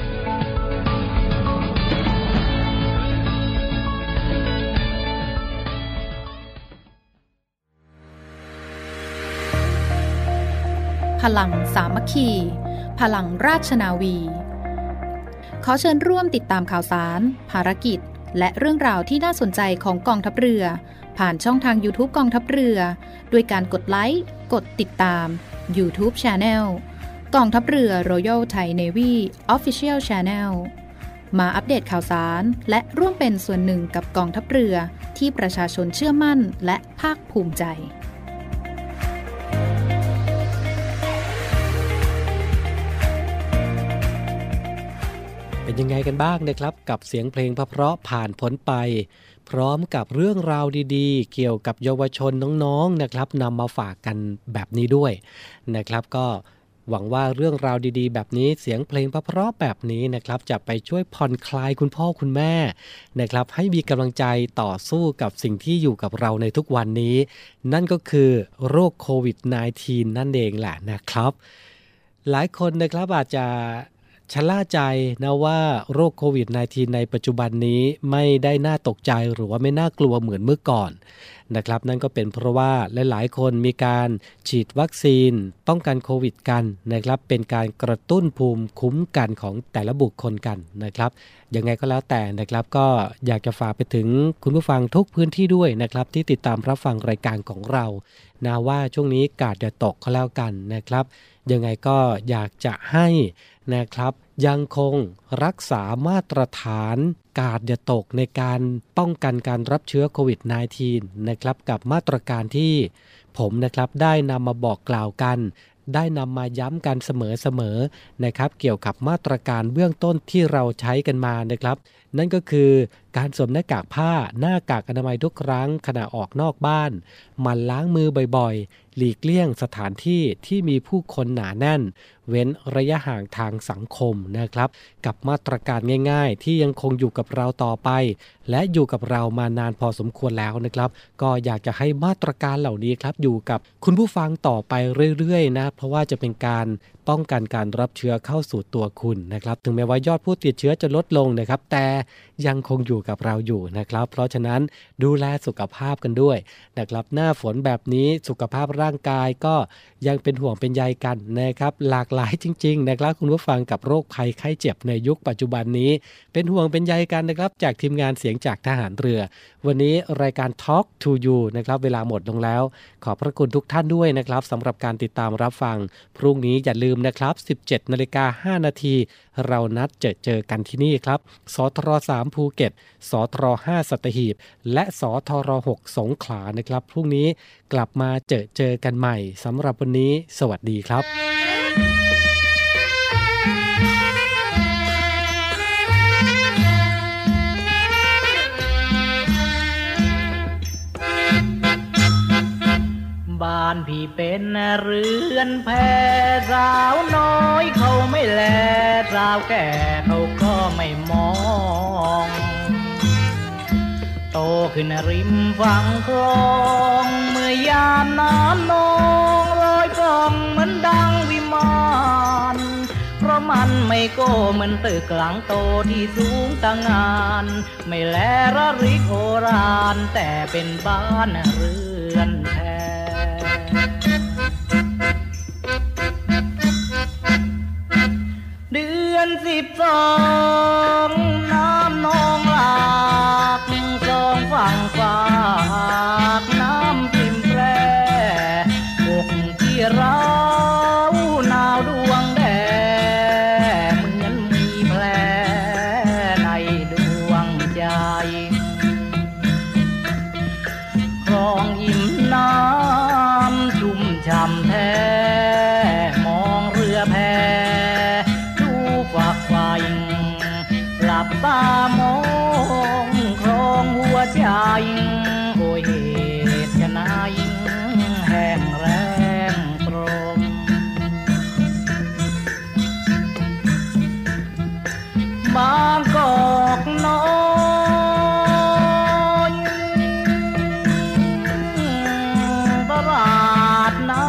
พลังสามัคคีพลังราชนาวีขอเชิญร่วมติดตามข่าวสารภารกิจและเรื่องราวที่น่าสนใจของกองทัพเรือผ่านช่องทาง YouTube กองทัพเรือด้วยการกดไลค์กดติดตาม YouTube Channel กองทัพเรือ Royal Thai Navy Official Channel มาอัปเดตข่าวสารและร่วมเป็นส่วนหนึ่งกับกองทัพเรือที่ประชาชนเชื่อมั่นและภาคภูมิใจเป็นยังไงกันบ้างนะครับกับเสียงเพลงเพราะๆผ่านพ้นไปพร้อมกับเรื่องราวดีๆเกี่ยวกับเยาวชนน้องๆนะครับนำมาฝากกันแบบนี้ด้วยนะครับก็หวังว่าเรื่องราวดีๆแบบนี้เสียงเพลงเพราะๆแบบนี้นะครับจะไปช่วยผ่อนคลายคุณพ่อคุณแม่นะครับให้มีกำลังใจต่อสู้กับสิ่งที่อยู่กับเราในทุกวันนี้นั่นก็คือโรคโควิด สิบเก้า นั่นเองแหละนะครับหลายคนนะครับอาจจะชะล่าใจนะว่าโรคโควิด สิบเก้า ในปัจจุบันนี้ไม่ได้น่าตกใจหรือว่าไม่น่ากลัวเหมือนเมื่อก่อนนะครับนั่นก็เป็นเพราะว่าหลายๆคนมีการฉีดวัคซีนป้องกันโควิดกันนะครับเป็นการกระตุ้นภูมิคุ้มกันของแต่ละบุคคลกันนะครับยังไงก็แล้วแต่นะครับก็อยากจะฝากไปถึงคุณผู้ฟังทุกพื้นที่ด้วยนะครับที่ติดตามรับฟังรายการของเรานะว่าช่วงนี้กาดอย่าตกก็แล้วกันนะครับยังไงก็อยากจะให้นะครับยังคงรักษามาตรฐานกาดอย่าตกในการป้องกันการรับเชื้อโควิด สิบเก้า นะครับกับมาตรการที่ผมนะครับได้นำมาบอกกล่าวกันได้นำมาย้ำกันเสมอๆนะครับเกี่ยวกับมาตรการเบื้องต้นที่เราใช้กันมานะครับนั่นก็คือการสวมหน้ากากผ้าหน้ากากอนามัยทุกครั้งขณะออกนอกบ้านหมั่นล้างมือบ่อยๆหลีกเลี่ยงสถานที่ที่มีผู้คนหนาแน่นเว้นระยะห่างทางสังคมนะครับกับมาตรการง่ายๆที่ยังคงอยู่กับเราต่อไปและอยู่กับเรามานานพอสมควรแล้วนะครับก็อยากจะให้มาตรการเหล่านี้ครับอยู่กับคุณผู้ฟังต่อไปเรื่อยๆนะเพราะว่าจะเป็นการป้องกันการรับเชื้อเข้าสู่ตัวคุณนะครับถึงแม้ว่ายอดผู้ติดเชื้อจะลดลงนะครับแต่ยังคงอยู่กับเราอยู่นะครับเพราะฉะนั้นดูแลสุขภาพกันด้วยนะครับหน้าฝนแบบนี้สุขภาพร่างกายก็ยังเป็นห่วงเป็นใยกันนะครับหลากหลายจริงๆนะครับคุณผู้ฟังกับโรคภัยไข้เจ็บในยุคปัจจุบันนี้เป็นห่วงเป็นใยกันนะครับจากทีมงานเสียงจากทหารเรือวันนี้รายการ Talk to You นะครับเวลาหมดลงแล้วขอบพระคุณทุกท่านด้วยนะครับสำหรับการติดตามรับฟังพรุ่งนี้อย่าลืมนะครับ สิบเจ็ดนาฬิกาห้านาทีเรานัดเจอเจอกันที่นี่ครับสทรสามภูเก็ตสทรห้าสัตหีบและสทรหกสงขลานะครับพรุ่งนี้กลับมาเจอเจอกันใหม่สำหรับวันนี้สวัสดีครับบ้านพี่เป็นเรือนแพสาวน้อยเขาไม่แลสาวแก่เขาก็ไม่มองโตขึ้นริมฝั่งคลองเมื่อยามน้ำนองลอยฟองเหมือนดังวิมานเพราะมันไม่โก้เหมือนตึกหลังโตที่สูงตะงานไม่แลระริกโหรานแต่เป็นบ้านเรือนแพเดือนสิบสองน้ำนองหลากสองฝั่งฝากน้ำทิมแปรอกที่เราหนาวดวงแดงเหมือนมีแผลในดวงใจคลองอิ่มน้ำชุ่มฉ่ำแท้มองเรือแพฝักไฟหลับตามองคลองหัวใจโอ้ยเหตุจะนายแห้งแรงตรงบางกอกน้อยตลาดน้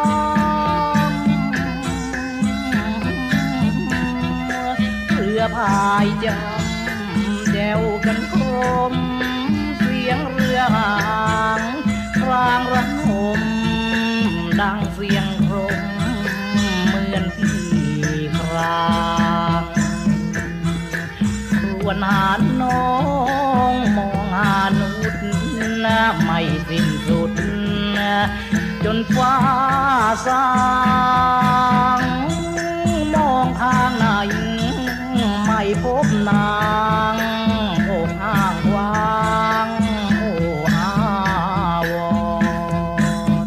พายจำแจวกันคมเสียงเรือหางครางระหมดังเสียงครมเหมือนพี่ครางครวญหาน้องมองหานุษนะไม่สิ้นสุดจนฟ้าสางมองทางไหนไม่พบนางโอ้ห้างวางโอ้อาวร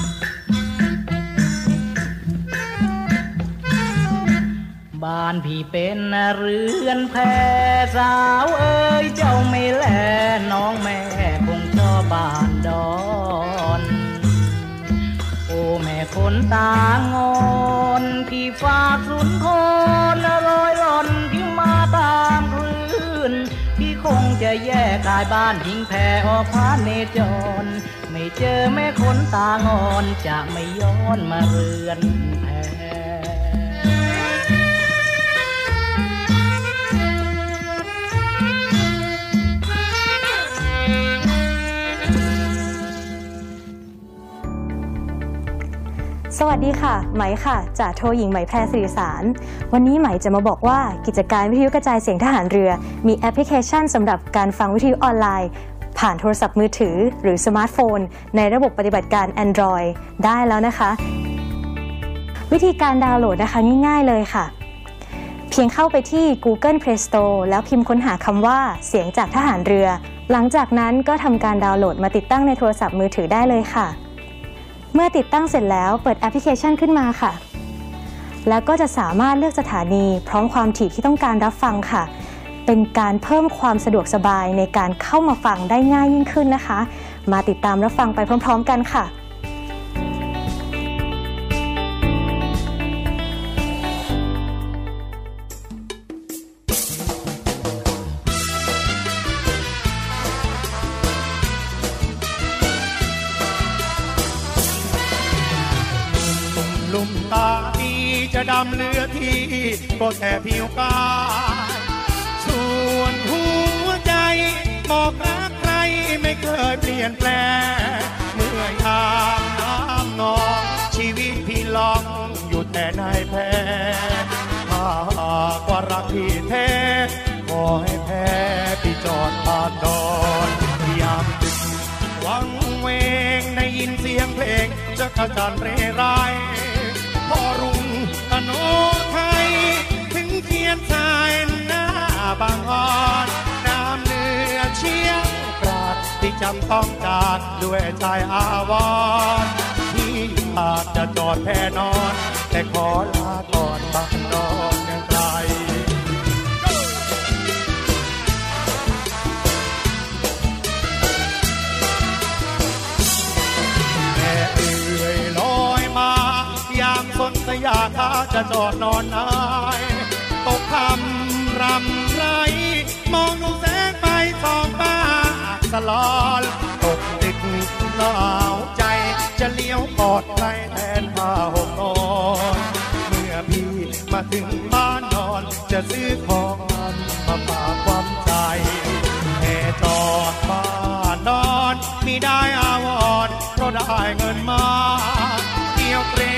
บ้านพี่เป็นเรือนแพสาวเอ้ยเจ้าไม่แลน้องแม่คงชอบบ้านดอนโอ้แม่คนตางอนพี่ฝากสุนทรลอยล่อนพิมมาตามคลื่นพี่คงจะแยกกายบ้านทิ้งแพออกพาเนจรไม่เจอแม่คนตางอนจะไม่ย้อนมาเรือนแพสวัสดีค่ะไหมค่ะจากโทหญิงไหมแพรสิริสารวันนี้ไหมจะมาบอกว่ากิจการวิทยุกระจายเสียงทหารเรือมีแอปพลิเคชันสำหรับการฟังวิทยุออนไลน์ผ่านโทรศัพท์มือถือหรือสมาร์ทโฟนในระบบปฏิบัติการ Android ได้แล้วนะคะวิธีการดาวน์โหลดนะคะง่ายๆเลยค่ะเพียงเข้าไปที่ Google Play Store แล้วพิมพ์ค้นหาคำว่าเสียงจากทหารเรือหลังจากนั้นก็ทำการดาวน์โหลดมาติดตั้งในโทรศัพท์มือถือได้เลยค่ะเมื่อติดตั้งเสร็จแล้วเปิดแอปพลิเคชันขึ้นมาค่ะแล้วก็จะสามารถเลือกสถานีพร้อมความถี่ที่ต้องการรับฟังค่ะเป็นการเพิ่มความสะดวกสบายในการเข้ามาฟังได้ง่ายยิ่งขึ้นนะคะมาติดตามรับฟังไปพร้อมๆกันค่ะลุ่มตาดีจะดำเลือที่ก็แค่ผิวกายส่วนหัวใจบอกรักใครไม่เคยเปลี่ยนแปลงเมื่อยามน้ำนองชีวิตพี่ลองอยู่แต่ในแพ้ถ้าหากว่ารักพี่แท้ขอให้แพ้พี่จอดผ่านดอนยามดึกวังเวงได้ยินเสียงเพลงจะกระจันเร่ไรพอรุ่งอโนไทยถึงเขียนสายหน้าบางอ่อนน้ำเนื้อเชียงปราดที่จำต้องจากด้วยใจอาวรณ์ที่อาจจะจอดแพ่นอนแต่ขอลาก่อนบางดอกยังไกลสยาถ้าจะจอดนอนนายตกคำรำไรมองดูแสงไฟส่องฟ้าสลอนตกดึกหนาวใจจะเลี้ยวกอดใครแทนผ้าห่มนอนเมื่อพี่มาถึงบ้านนอนจะซื้อของมาฝากความใจแค่จอดบ้านนอนมีได้อาวรณ์เพราะได้เงินมาเกี่ยวเกร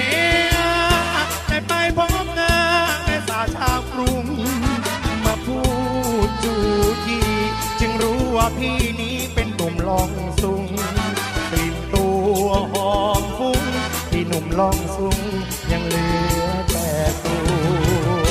ไปพบหน้าแม่สาวชาวกรุงมาพูดจูจีจึงรู้ว่าพี่นี้เป็นหนุ่มลองซุงกลิ่นตัวหอมฟุ้งที่หนุ่มลองซุงยังเหลือแต่ตัว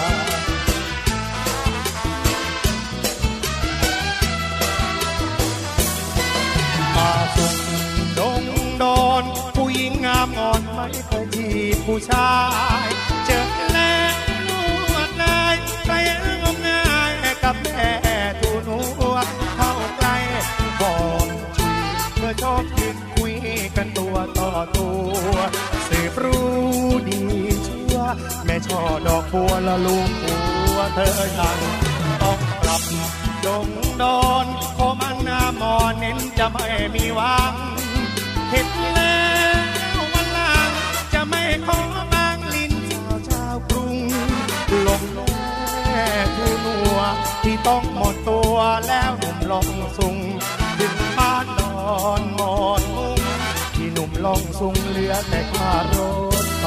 มาสุขดงดอนผู้หญิงงามอ่อนไม่เคยจีบผู้ชายเจอแล้วลวดลายไปงมงายกับแม่ทูนัวเข้าใกล้ก่อนจีบเมื่อชอบยืนคุยกันตัวต่อตัวสืบรู้ดีชั่วแม่ช่อดอกบัวละลูกหัวเธอยังต้องกลับดงดอนขอมันหน้ามอนเน้นจะไม่มีหวังเห็นแล้ววันหลังจะไม่ขอบางลิ้นชาวชาวกรุงลงแม่ทูนัวที่ต้องหมดตัวแล้วหนุ่มลองซุงถึงบ้านนอนหมอนมุ้งที่หนุ่มลองซุงเหลือแต่ค่ารถไฟ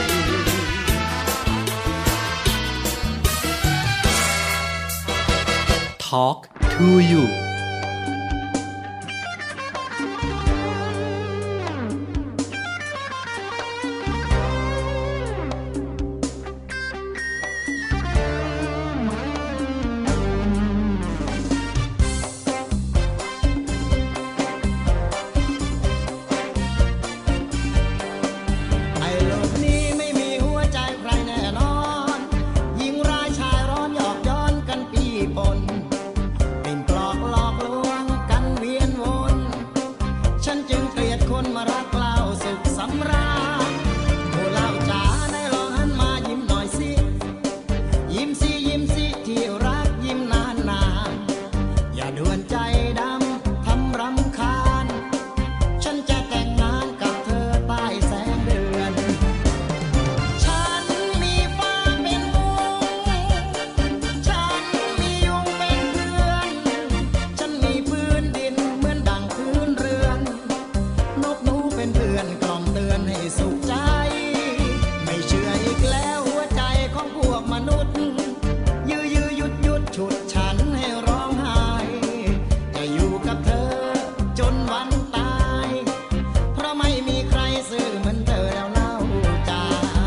Talk to you สุขใจไม่เชื่ออีกแล้วหัวใจของพวกมนุษย์ยื้อยื้อยุดยุดฉุดฉันให้ร้องไห้จะอยู่กับเธอจนวันตายเพราะไม่มีใครซื่อเหมือนเธอแล้วเล่าจ้า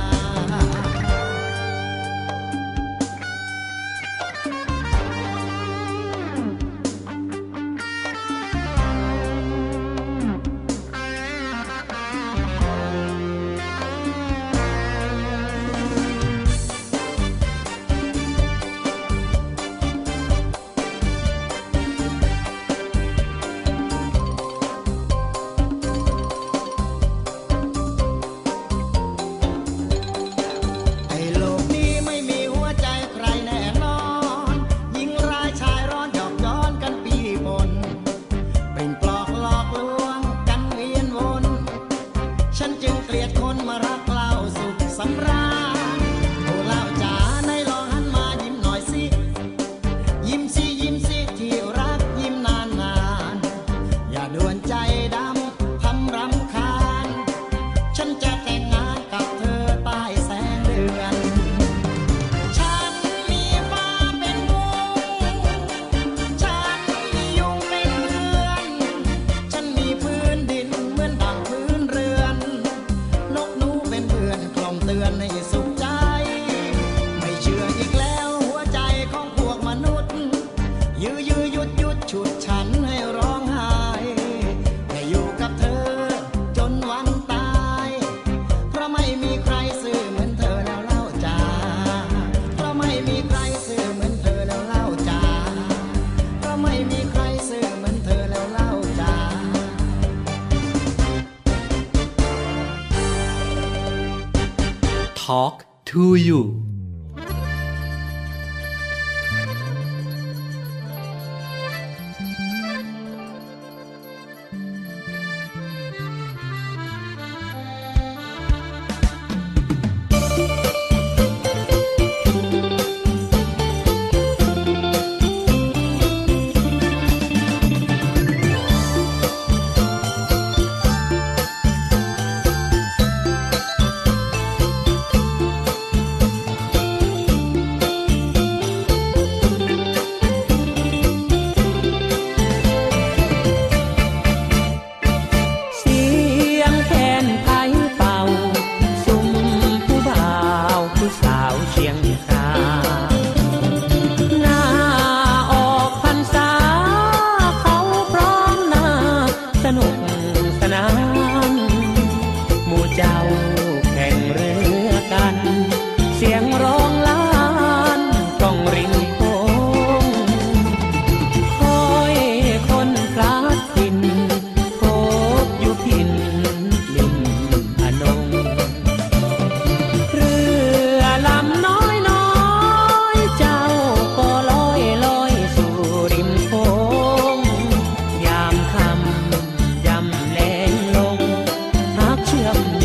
Talk to you เชื่อม